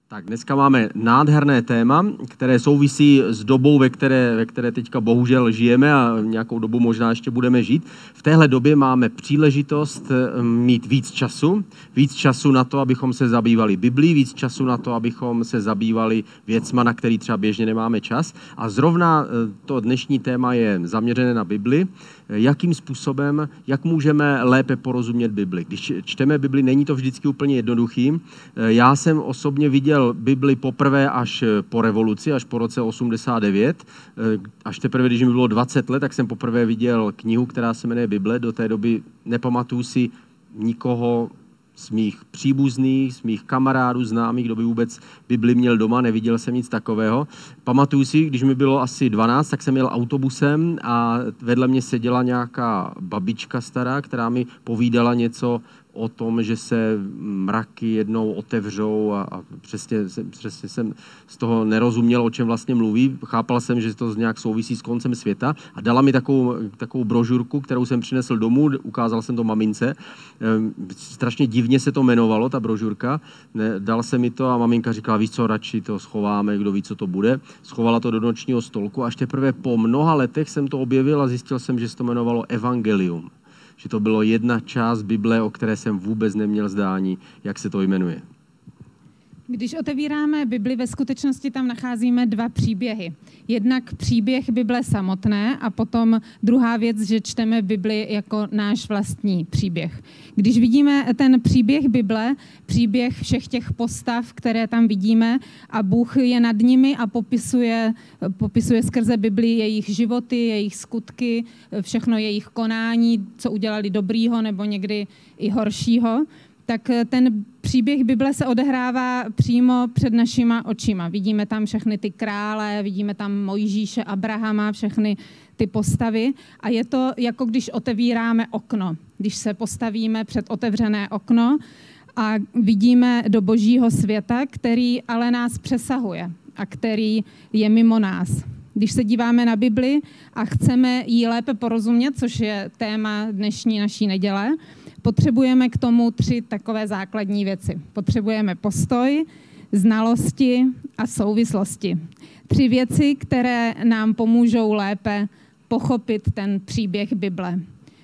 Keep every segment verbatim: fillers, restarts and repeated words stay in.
Tak dneska máme nádherné téma, které souvisí s dobou, ve které, ve které teďka bohužel žijeme a nějakou dobu možná ještě budeme žít. V téhle době máme příležitost mít víc času, víc času na to, abychom se zabývali Biblií, víc času na to, abychom se zabývali věcma, na který třeba běžně nemáme čas. A zrovna to dnešní téma je zaměřené na Bibli. Jakým způsobem, jak můžeme lépe porozumět Bibli. Když čteme Bibli, není to vždycky úplně jednoduchý. Já jsem osobně viděl Bibli poprvé až po revoluci, až po roce osmdesát devět. Až teprve, když mi bylo dvacet let, tak jsem poprvé viděl knihu, která se jmenuje Bible. Do té doby nepamatuju si nikoho z mých příbuzných, z mých kamarádů, známých, kdo by vůbec Bibli měl doma, neviděl jsem nic takového. Pamatuju si, když mi bylo asi dvanáct, tak jsem jel autobusem a vedle mě seděla nějaká babička stará, která mi povídala něco o tom, že se mraky jednou otevřou a, a přesně, přesně jsem z toho nerozuměl, o čem vlastně mluví. Chápal jsem, že to nějak souvisí s koncem světa a dala mi takovou, takovou brožurku, kterou jsem přinesl domů, ukázal jsem to mamince. Strašně divně se to jmenovalo, ta brožurka. Dal jsem mi to a maminka říkala, víš co, radši to schováme, kdo ví, co to bude. Schovala to do nočního stolku a až teprve po mnoha letech jsem to objevil a zjistil jsem, že se to jmenovalo Evangelium. Že to bylo jedna část Bible, o které jsem vůbec neměl zdání, jak se to jmenuje. Když otevíráme Bibli, ve skutečnosti tam nacházíme dva příběhy. Jednak příběh Bible samotné a potom druhá věc, že čteme Bibli jako náš vlastní příběh. Když vidíme ten příběh Bible, příběh všech těch postav, které tam vidíme a Bůh je nad nimi a popisuje, popisuje skrze Bibli jejich životy, jejich skutky, všechno jejich konání, co udělali dobrýho nebo někdy i horšího, tak ten příběh Bible se odehrává přímo před našima očima. Vidíme tam všechny ty krále, vidíme tam Mojžíše, Abrahama, všechny ty postavy a je to jako když otevíráme okno. Když se postavíme před otevřené okno a vidíme do božího světa, který ale nás přesahuje a který je mimo nás. Když se díváme na Bibli a chceme jí lépe porozumět, což je téma dnešní naší neděle, potřebujeme k tomu tři takové základní věci. Potřebujeme postoj, znalosti a souvislosti. Tři věci, které nám pomůžou lépe pochopit ten příběh Bible.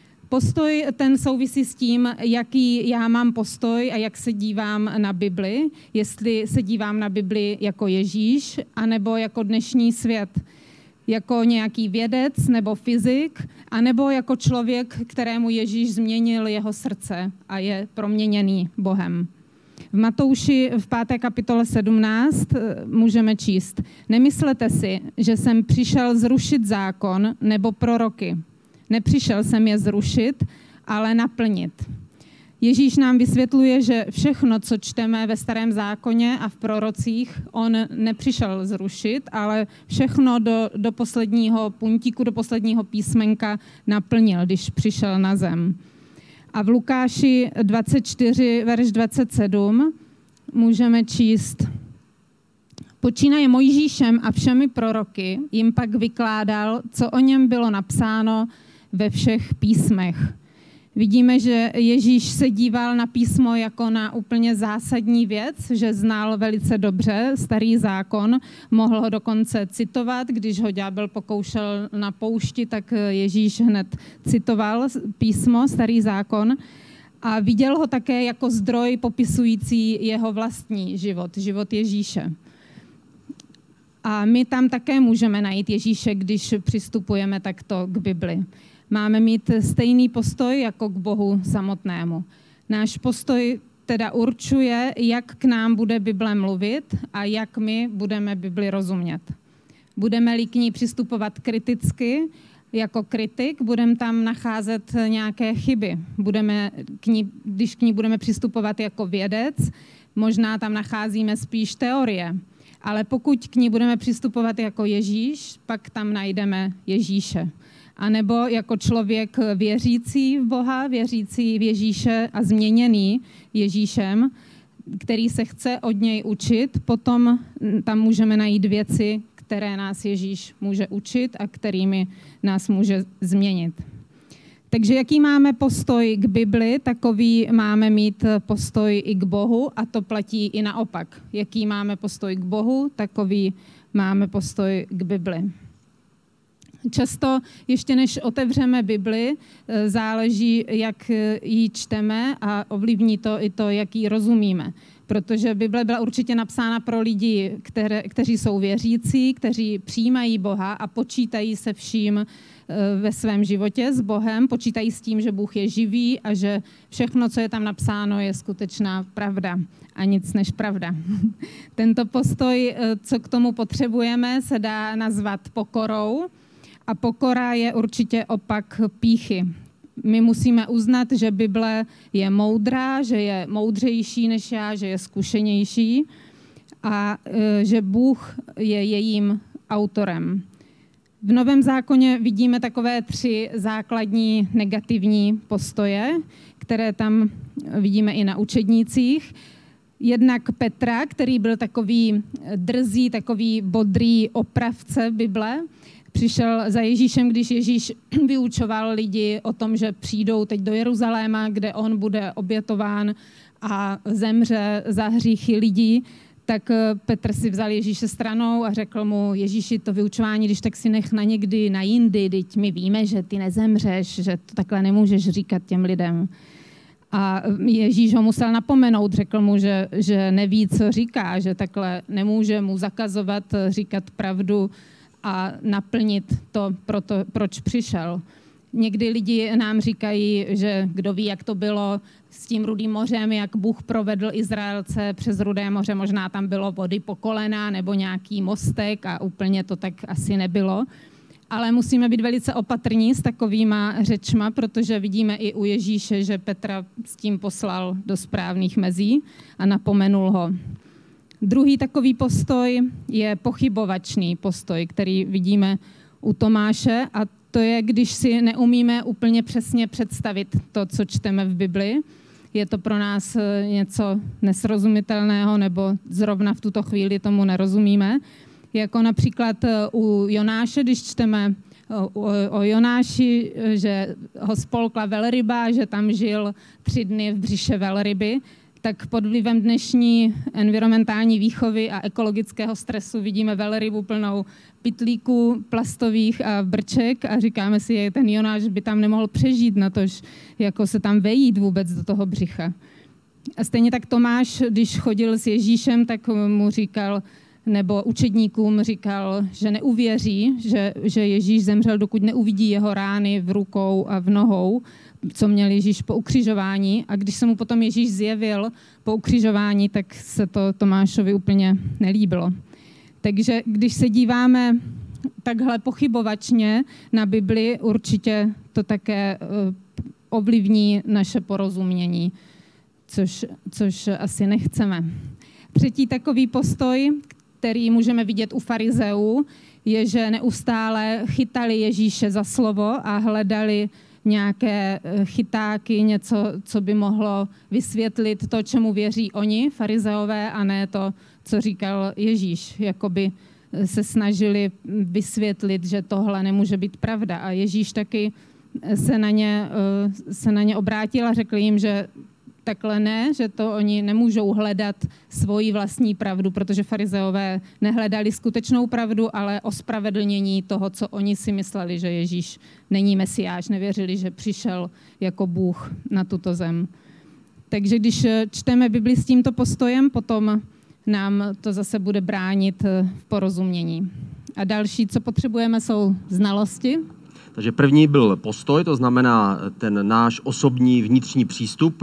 Postoj ten souvisí s tím, jaký já mám postoj a jak se dívám na Bibli. Jestli se dívám na Bibli jako Ježíš, anebo jako dnešní svět. Jako nějaký vědec nebo fyzik, anebo jako člověk, kterému Ježíš změnil jeho srdce a je proměněný Bohem. V Matouši v páté kapitole sedmnáct můžeme číst. Nemyslete si, že jsem přišel zrušit zákon nebo proroky. Nepřišel jsem je zrušit, ale naplnit. Ježíš nám vysvětluje, že všechno, co čteme ve Starém zákoně a v prorocích, on nepřišel zrušit, ale všechno do, do posledního puntíku, do posledního písmenka naplnil, když přišel na zem. A v Lukáši dvacet čtyři, verš dvacet sedm můžeme číst. Počínaje Mojžíšem a všemi proroky jim pak vykládal, co o něm bylo napsáno ve všech písmech. Vidíme, že Ježíš se díval na písmo jako na úplně zásadní věc, že znal velice dobře Starý zákon, mohl ho dokonce citovat, když ho ďábel pokoušel na poušti, tak Ježíš hned citoval písmo, Starý zákon a viděl ho také jako zdroj popisující jeho vlastní život, život Ježíše. A my tam také můžeme najít Ježíše, když přistupujeme takto k Bibli. Máme mít stejný postoj jako k Bohu samotnému. Náš postoj teda určuje, jak k nám bude Bible mluvit a jak my budeme Bibli rozumět. Budeme-li k ní přistupovat kriticky, jako kritik, budeme tam nacházet nějaké chyby. Budeme k ní, když k ní budeme přistupovat jako vědec, možná tam nacházíme spíš teorie. Ale pokud k ní budeme přistupovat jako Ježíš, pak tam najdeme Ježíše. A nebo jako člověk věřící v Boha, věřící v Ježíše a změněný Ježíšem, který se chce od něj učit, potom tam můžeme najít věci, které nás Ježíš může učit a kterými nás může změnit. Takže jaký máme postoj k Bibli, takový máme mít postoj i k Bohu a to platí i naopak. Jaký máme postoj k Bohu, takový máme postoj k Bibli. Často ještě než otevřeme Bibli, záleží, jak ji čteme a ovlivní to i to, jak ji rozumíme. Protože Bible byla určitě napsána pro lidi, které, kteří jsou věřící, kteří přijímají Boha a počítají se vším ve svém životě s Bohem, počítají s tím, že Bůh je živý a že všechno, co je tam napsáno, je skutečná pravda a nic než pravda. Tento postoj, co k tomu potřebujeme, se dá nazvat pokorou a pokora je určitě opak pýchy. My musíme uznat, že Bible je moudrá, že je moudřejší než já, že je zkušenější a že Bůh je jejím autorem. V Novém zákoně vidíme takové tři základní negativní postoje, které tam vidíme i na učednících. Jednak Petra, který byl takový drzý, takový bodrý opravce Bible, přišel za Ježíšem, když Ježíš vyučoval lidi o tom, že přijdou teď do Jeruzaléma, kde on bude obětován a zemře za hříchy lidí, tak Petr si vzal Ježíše stranou a řekl mu, Ježíši, to vyučování, když tak si nech na někdy na jindy, teď my víme, že ty nezemřeš, že to takhle nemůžeš říkat těm lidem. A Ježíš ho musel napomenout, řekl mu, že, že neví, co říká, že takhle nemůže mu zakazovat říkat pravdu a naplnit to, proto, proč přišel. Někdy lidi nám říkají, že kdo ví, jak to bylo s tím Rudým mořem, jak Bůh provedl Izraelce přes Rudé moře, možná tam bylo vody po kolena nebo nějaký mostek a úplně to tak asi nebylo. Ale musíme být velice opatrní s takovýma řečma, protože vidíme i u Ježíše, že Petra s tím poslal do správných mezí a napomenul ho. Druhý takový postoj je pochybovačný postoj, který vidíme u Tomáše a to je, když si neumíme úplně přesně představit to, co čteme v Bibli. Je to pro nás něco nesrozumitelného nebo zrovna v tuto chvíli tomu nerozumíme. Jako například u Jonáše, když čteme o, o Jonáši, že ho spolkla velryba, že tam žil tři dny v břiše velryby, tak pod vlivem dnešní environmentální výchovy a ekologického stresu vidíme velrybu plnou pytlíků plastových a brček a říkáme si, že ten Jonáš by tam nemohl přežít na to, jako se tam vejít vůbec do toho břicha. A stejně tak Tomáš, když chodil s Ježíšem, tak mu říkal, nebo učedníkům říkal, že neuvěří, že, že Ježíš zemřel, dokud neuvidí jeho rány v rukou a v nohou, co měl Ježíš po ukřižování. A když se mu potom Ježíš zjevil po ukřižování, tak se to Tomášovi úplně nelíbilo. Takže když se díváme takhle pochybovačně na Bibli, určitě to také ovlivní naše porozumění, což, což asi nechceme. Třetí takový postoj, který můžeme vidět u farizeů, je, že neustále chytali Ježíše za slovo a hledali nějaké chytáky, něco, co by mohlo vysvětlit to, čemu věří oni, farizeové, a ne to, co říkal Ježíš. Jakoby se snažili vysvětlit, že tohle nemůže být pravda. A Ježíš taky se na ně, se na ně obrátil a řekl jim, že takhle ne, že to oni nemůžou hledat svoji vlastní pravdu, protože farizeové nehledali skutečnou pravdu, ale ospravedlnění toho, co oni si mysleli, že Ježíš není mesiáš, nevěřili, že přišel jako Bůh na tuto zem. Takže když čteme Bibli s tímto postojem, potom nám to zase bude bránit v porozumění. A další, co potřebujeme, jsou znalosti. Takže první byl postoj, to znamená ten náš osobní vnitřní přístup,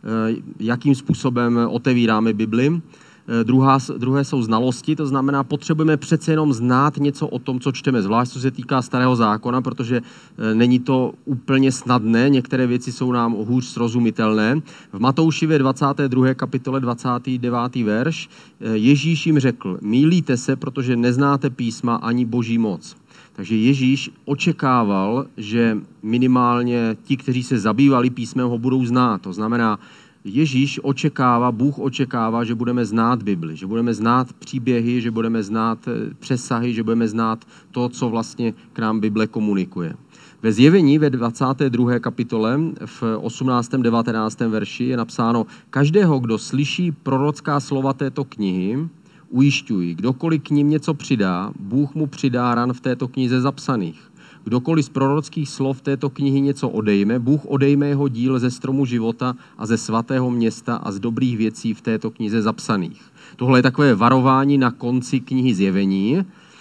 jakým způsobem otevíráme Bibli. Druhá, druhé jsou znalosti, to znamená, potřebujeme přece jenom znát něco o tom, co čteme, zvlášť co se týká Starého zákona, protože není to úplně snadné, některé věci jsou nám hůř srozumitelné. V Matoušově dvacáté druhé kapitole dvacátý devátý verš Ježíš jim řekl, mýlíte se, protože neznáte písma ani Boží moc. Takže Ježíš očekával, že minimálně ti, kteří se zabývali písmem, ho budou znát. To znamená, Ježíš očekává, Bůh očekává, že budeme znát Bibli, že budeme znát příběhy, že budeme znát přesahy, že budeme znát to, co vlastně k nám Bible komunikuje. Ve Zjevení ve dvacáté druhé kapitole v osmnáctém devatenáctém verši je napsáno: každého, kdo slyší prorocká slova této knihy, ujišťuji, kdokoliv k ním něco přidá, Bůh mu přidá ran v této knize zapsaných. Kdokoliv z prorockých slov této knihy něco odejme, Bůh odejme jeho díl ze stromu života a ze svatého města a z dobrých věcí v této knize zapsaných. Tohle je takové varování na konci knihy Zjevení.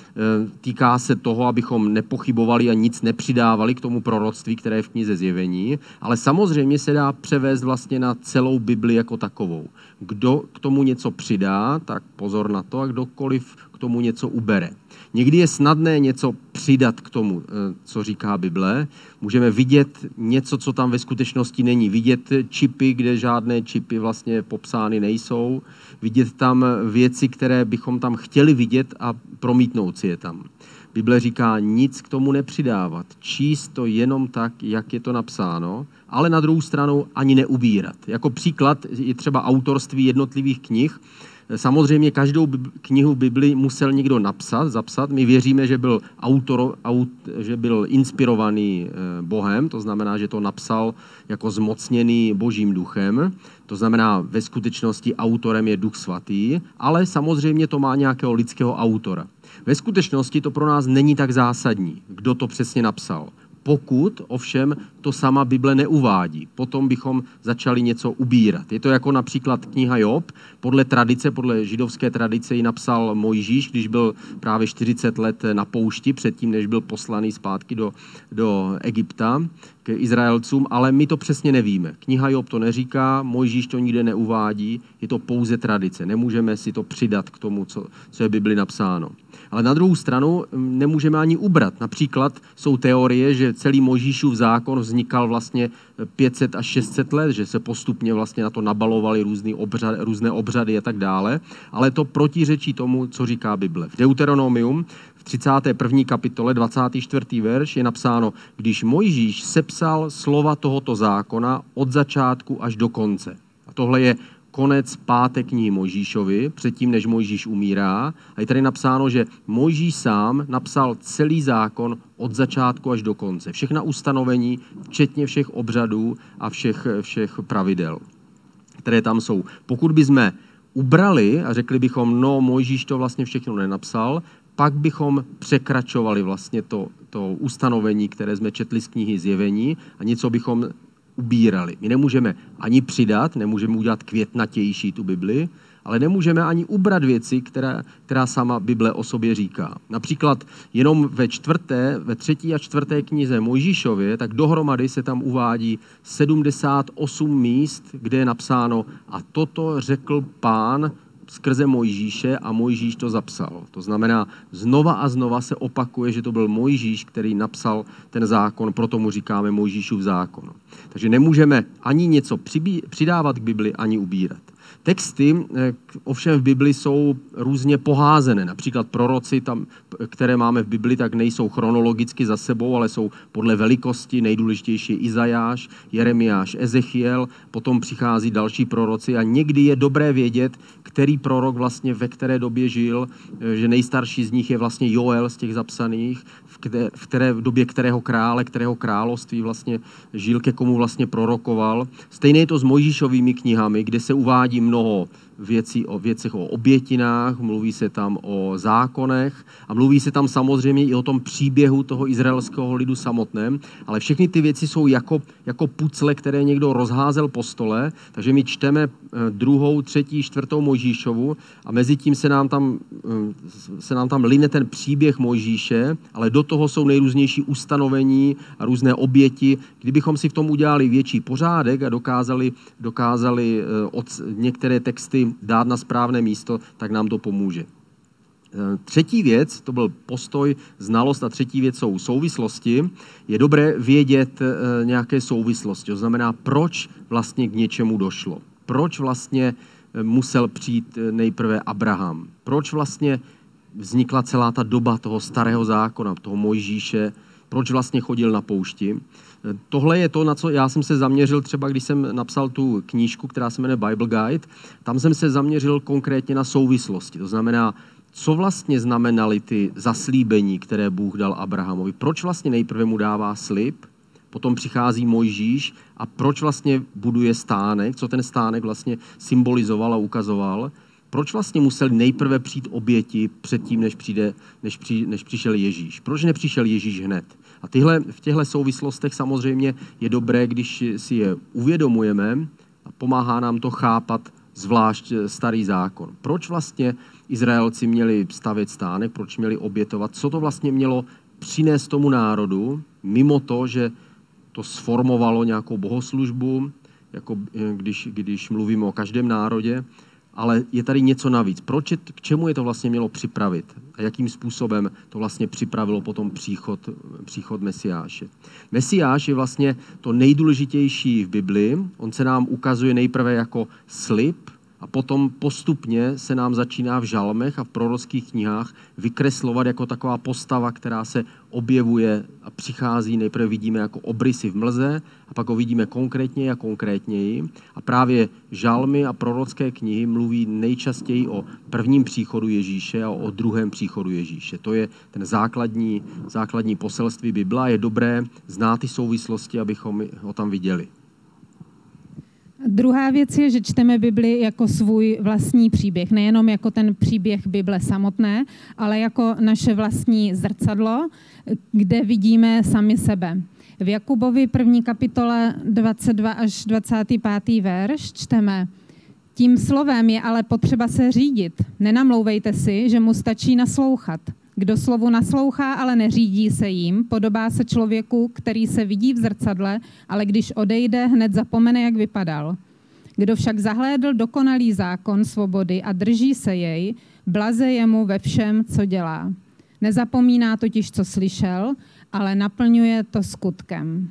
Týká se toho, abychom nepochybovali a nic nepřidávali k tomu proroctví, které je v knize Zjevení, ale samozřejmě se dá převést vlastně na celou Bibli jako takovou. Kdo k tomu něco přidá, tak pozor na to, a kdokoliv k tomu něco ubere. Někdy je snadné něco přidat k tomu, co říká Bible. Můžeme vidět něco, co tam ve skutečnosti není. Vidět čipy, kde žádné čipy vlastně popsány nejsou. Vidět tam věci, které bychom tam chtěli vidět a promítnout si je tam. Bible říká nic k tomu nepřidávat. Číst to jenom tak, jak je to napsáno, ale na druhou stranu ani neubírat. Jako příklad je třeba autorství jednotlivých knih. Samozřejmě každou knihu Bibli musel někdo napsat, zapsat. My věříme, že byl autor, aut, že byl inspirovaný Bohem, to znamená, že to napsal jako zmocněný Božím duchem. To znamená, ve skutečnosti autorem je Duch Svatý, ale samozřejmě to má nějakého lidského autora. Ve skutečnosti to pro nás není tak zásadní, kdo to přesně napsal. Pokud ovšem to sama Bible neuvádí, potom bychom začali něco ubírat. Je to jako například kniha Job. Podle tradice, podle židovské tradice ji napsal Mojžíš, když byl právě čtyřicet let na poušti, předtím, než byl poslaný zpátky do, do Egypta k Izraelcům, ale my to přesně nevíme. Kniha Job to neříká, Mojžíš to nikde neuvádí, je to pouze tradice. Nemůžeme si to přidat k tomu, co, co je v Bibli napsáno. Ale na druhou stranu nemůžeme ani ubrat. Například jsou teorie, že celý Mojžíšův zákon vznikal vlastně pět set až šest set let, že se postupně vlastně na to nabalovaly různé obřady, různé obřady a tak dále, ale to protiřečí tomu, co říká Bible. V Deuteronomium v třicáté první kapitole dvacátý čtvrtý verš je napsáno: když Mojžíš sepsal slova tohoto zákona od začátku až do konce. A tohle je konec páté knihy Mojžíšovi, předtím, než Mojžíš umírá. A je tady napsáno, že Mojžíš sám napsal celý zákon od začátku až do konce. Všechna ustanovení, včetně všech obřadů a všech, všech pravidel, které tam jsou. Pokud bychom ubrali a řekli bychom, no, Mojžíš to vlastně všechno nenapsal, pak bychom překračovali vlastně to, to ustanovení, které jsme četli z knihy Zjevení, a něco bychom ubírali. My nemůžeme ani přidat, nemůžeme udělat květnatější tu Bibli, ale nemůžeme ani ubrat věci, která, která sama Bible o sobě říká. Například jenom ve čtvrté, ve třetí a čtvrté knize Mojžíšově, tak dohromady se tam uvádí sedmdesát osm míst, kde je napsáno: a toto řekl Pán skrze Mojžíše a Mojžíš to zapsal. To znamená, znova a znova se opakuje, že to byl Mojžíš, který napsal ten zákon, proto mu říkáme Mojžíšův zákon. Takže nemůžeme ani něco přidávat k Bibli, ani ubírat. Texty ovšem v Bibli jsou různě poházené. Například proroci, tam, které máme v Bibli, tak nejsou chronologicky za sebou, ale jsou podle velikosti. Nejdůležitější je Izajáš, Jeremiáš, Ezechiel, potom přichází další proroci a někdy je dobré vědět, který prorok vlastně ve které době žil, že nejstarší z nich je vlastně Joel z těch zapsaných, v které, v které v době kterého krále, kterého království vlastně žil, ke komu vlastně prorokoval. Stejné je to s Mojžíšovými knihami, kde se uvádí mnoho věcí o věcech o obětinách, mluví se tam o zákonech a mluví se tam samozřejmě i o tom příběhu toho izraelského lidu samotném, ale všechny ty věci jsou jako, jako pucle, které někdo rozházel po stole, takže my čteme druhou, třetí, čtvrtou Mojžíšovu a mezi tím se nám tam, se nám tam line ten příběh Mojžíše, ale do toho jsou nejrůznější ustanovení a různé oběti. Kdybychom si v tom udělali větší pořádek a dokázali, dokázali od některé texty dát na správné místo, tak nám to pomůže. Třetí věc, to byl postoj, znalost a třetí věc jsou souvislosti. Je dobré vědět nějaké souvislosti, to znamená, proč vlastně k něčemu došlo. Proč vlastně musel přijít nejprve Abraham. Proč vlastně vznikla celá ta doba toho starého zákona, toho Mojžíše, proč vlastně chodil na poušti. Tohle je to, na co já jsem se zaměřil třeba, když jsem napsal tu knížku, která se jmenuje Bible Guide. Tam jsem se zaměřil konkrétně na souvislosti. To znamená, co vlastně znamenaly ty zaslíbení, které Bůh dal Abrahamovi. Proč vlastně nejprve mu dává slib, potom přichází Mojžíš a proč vlastně buduje stánek, co ten stánek vlastně symbolizoval a ukazoval. Proč vlastně museli nejprve přijít oběti předtím, než, přijde, než, při, než přišel Ježíš? Proč nepřišel Ježíš hned? A tyhle, v těchto souvislostech samozřejmě je dobré, když si je uvědomujeme a pomáhá nám to chápat zvlášť starý zákon. Proč vlastně Izraelci měli stavět stánek, proč měli obětovat, co to vlastně mělo přinést tomu národu, mimo to, že to sformovalo nějakou bohoslužbu, jako když, když mluvíme o každém národě, ale je tady něco navíc. Proč je, k čemu je to vlastně mělo připravit? A jakým způsobem to vlastně připravilo potom příchod, příchod Mesiáše? Mesiáš je vlastně to nejdůležitější v Biblii. On se nám ukazuje nejprve jako slib a potom postupně se nám začíná v žalmech a v prorockých knihách vykreslovat jako taková postava, která se objevuje a přichází. Nejprve vidíme jako obrysy v mlze a pak ho vidíme konkrétněji a konkrétněji. A právě žalmy a prorocké knihy mluví nejčastěji o prvním příchodu Ježíše a o druhém příchodu Ježíše. To je ten základní, základní poselství Bible a je dobré znát ty souvislosti, abychom ho tam viděli. Druhá věc je, že čteme Bibli jako svůj vlastní příběh. Nejenom jako ten příběh Bible samotné, ale jako naše vlastní zrcadlo, kde vidíme sami sebe. V Jakubovi první kapitole dvacet dva až dvacátý pátý verš čteme: Tím slovem je ale potřeba se řídit. Nenamlouvejte si, že mu stačí naslouchat. Kdo slovu naslouchá, ale neřídí se jím, podobá se člověku, který se vidí v zrcadle, ale když odejde, hned zapomene, jak vypadal. Kdo však zahlédl dokonalý zákon svobody a drží se jej, blaze jemu ve všem, co dělá. Nezapomíná totiž, co slyšel, ale naplňuje to skutkem.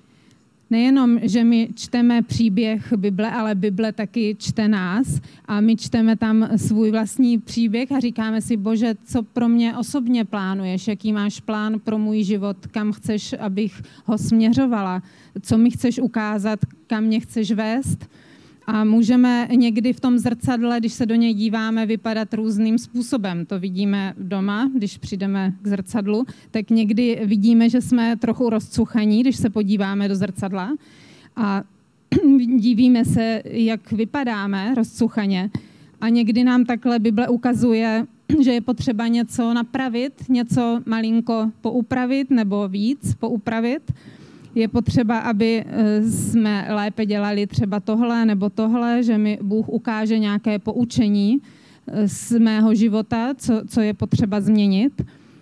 Nejenom, že my čteme příběh Bible, ale Bible taky čte nás a my čteme tam svůj vlastní příběh a říkáme si: Bože, co pro mě osobně plánuješ, jaký máš plán pro můj život, kam chceš, abych ho směřovala, co mi chceš ukázat, kam mě chceš vést. A můžeme někdy v tom zrcadle, když se do něj díváme, vypadat různým způsobem. To vidíme doma, když přijdeme k zrcadlu, tak někdy vidíme, že jsme trochu rozcuchaní, když se podíváme do zrcadla a dívíme se, jak vypadáme rozcuchaně. A někdy nám takhle Bible ukazuje, že je potřeba něco napravit, něco malinko poupravit nebo víc poupravit. Je potřeba, aby jsme lépe dělali třeba tohle nebo tohle, že mi Bůh ukáže nějaké poučení z mého života, co, co je potřeba změnit.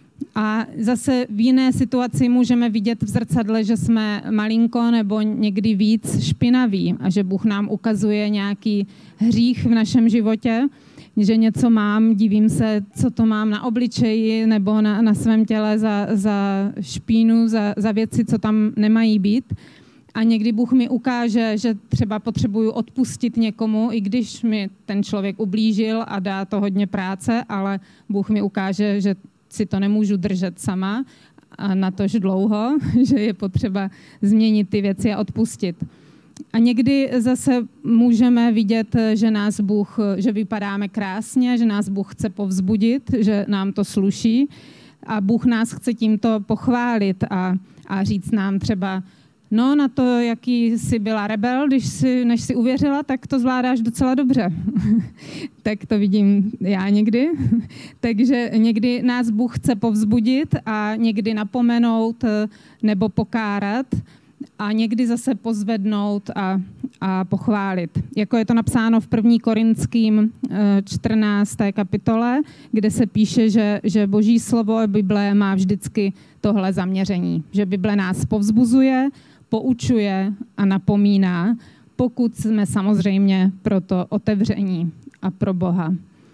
A zase v jiné situaci můžeme vidět v zrcadle, že jsme malinko nebo někdy víc špinaví a že Bůh nám ukazuje nějaký hřích v našem životě, že něco mám, divím se, co to mám na obličeji nebo na, na svém těle za, za špínu, za, za věci, co tam nemají být. A někdy Bůh mi ukáže, že třeba potřebuju odpustit někomu, i když mi ten člověk ublížil a dá to hodně práce, ale Bůh mi ukáže, že si to nemůžu držet sama a natož dlouho, že je potřeba změnit ty věci a odpustit. A někdy zase můžeme vidět, že nás Bůh, že vypadáme krásně, že nás Bůh chce povzbudit, že nám to sluší a Bůh nás chce tímto pochválit a, a říct nám třeba: no, na to, jaký jsi byla rebel, když jsi, než jsi uvěřila, tak to zvládáš docela dobře. Tak to vidím já někdy. Takže někdy nás Bůh chce povzbudit a někdy napomenout nebo pokárat a někdy zase pozvednout a, a pochválit. Jako je to napsáno v první Korinským čtrnácté kapitole, kde se píše, že, že Boží slovo a Bible má vždycky tohle zaměření. Že Bible nás povzbuzuje, poučuje a napomíná, pokud jsme samozřejmě pro to otevření a pro Boha.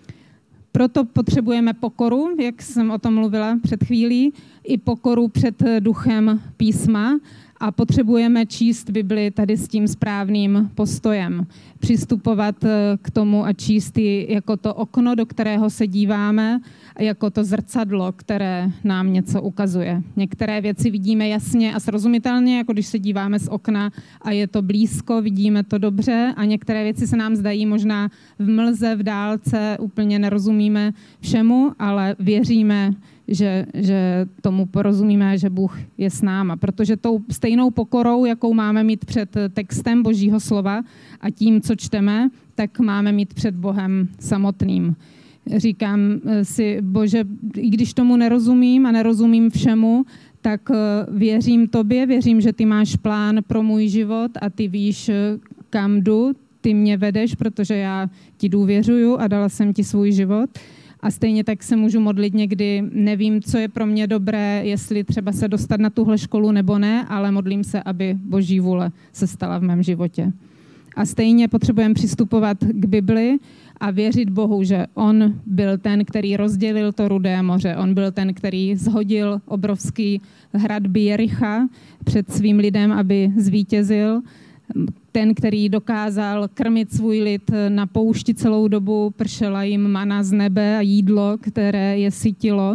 Proto potřebujeme pokoru, jak jsem o tom mluvila před chvílí, i pokoru před duchem písma A potřebujeme číst Bibli tady s tím správným postojem. Přistupovat k tomu a číst ji jako to okno, do kterého se díváme, a jako to zrcadlo, které nám něco ukazuje. Některé věci vidíme jasně a srozumitelně, jako když se díváme z okna a je to blízko, vidíme to dobře, a některé věci se nám zdají možná v mlze, v dálce, úplně nerozumíme všemu, ale věříme, Že, že tomu porozumíme, že Bůh je s náma. Protože tou stejnou pokorou, jakou máme mít před textem Božího slova a tím, co čteme, tak máme mít před Bohem samotným. Říkám si, Bože, i když tomu nerozumím a nerozumím všemu, tak věřím tobě, věřím, že ty máš plán pro můj život a ty víš, kam jdu, ty mě vedeš, protože já ti důvěřuju a dala jsem ti svůj život. A stejně tak se můžu modlit někdy, nevím, co je pro mě dobré, jestli třeba se dostat na tuhle školu nebo ne, ale modlím se, aby Boží vůle se stala v mém životě. A stejně potřebujeme přistupovat k Bibli a věřit Bohu, že on byl ten, který rozdělil to Rudé moře. On byl ten, který zhodil obrovský hradby Jericha před svým lidem, aby zvítězil. Ten, který dokázal krmit svůj lid na poušti celou dobu, pršela jim mana z nebe a jídlo, které je sytilo.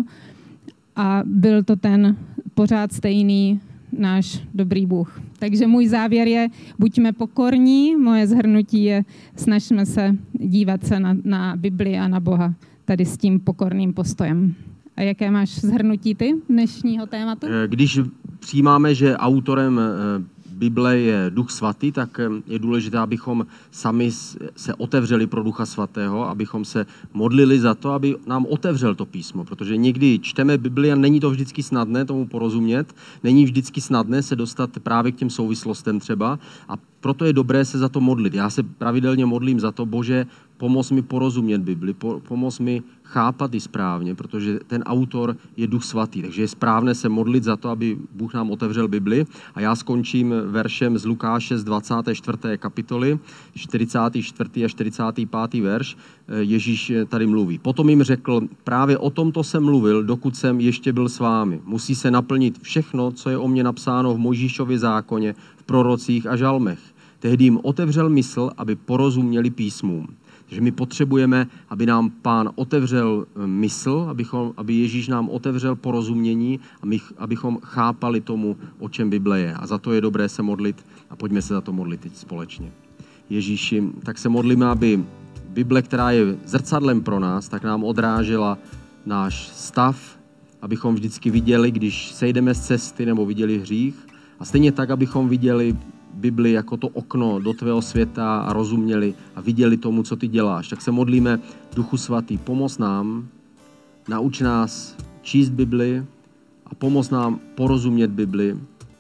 A byl to ten pořád stejný náš dobrý Bůh. Takže můj závěr je, buďme pokorní, moje shrnutí je, snažme se dívat se na, na Bibli a na Boha tady s tím pokorným postojem. A jaké máš shrnutí ty dnešního tématu? Když přijímáme, že autorem Bible je Duch Svatý, tak je důležité, abychom sami se otevřeli pro Ducha Svatého, abychom se modlili za to, aby nám otevřel to písmo, protože někdy čteme Bibli a není to vždycky snadné tomu porozumět, není vždycky snadné se dostat právě k těm souvislostem třeba, a proto je dobré se za to modlit. Já se pravidelně modlím za to, Bože, pomoz mi porozumět Bibli, pomoz mi chápat ji správně, protože ten autor je Duch Svatý, takže je správné se modlit za to, aby Bůh nám otevřel Bibli. A já skončím veršem z Lukáše z dvacáté čtvrté kapitoly, čtyřicátý čtvrtý a čtyřicátý pátý verš. Ježíš tady mluví. Potom jim řekl, právě o tomto jsem mluvil, dokud jsem ještě byl s vámi. Musí se naplnit všechno, co je o mně napsáno v Mojžíšově zákoně, v prorocích a žalmech. Tehdy jim otevřel mysl, aby porozuměli písmům. Takže my potřebujeme, aby nám Pán otevřel mysl, abychom, aby Ježíš nám otevřel porozumění a my, abychom chápali tomu, o čem Bible je. A za to je dobré se modlit a pojďme se za to modlit teď společně. Ježíši, tak se modlíme, aby Bible, která je zrcadlem pro nás, tak nám odrážela náš stav, abychom vždycky viděli, když sejdeme z cesty nebo viděli hřích. A stejně tak, abychom viděli Bibli jako to okno do tvého světa a rozuměli a viděli tomu, co ty děláš. Tak se modlíme, Duchu Svatý, pomoz nám, nauč nás číst Bibli a pomoz nám porozumět Bibli.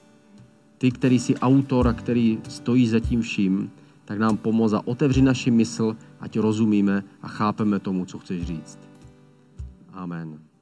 Ty, který jsi autor a který stojí za tím vším, tak nám pomoz a otevři naši mysl, ať rozumíme a chápeme tomu, co chceš říct. Amen.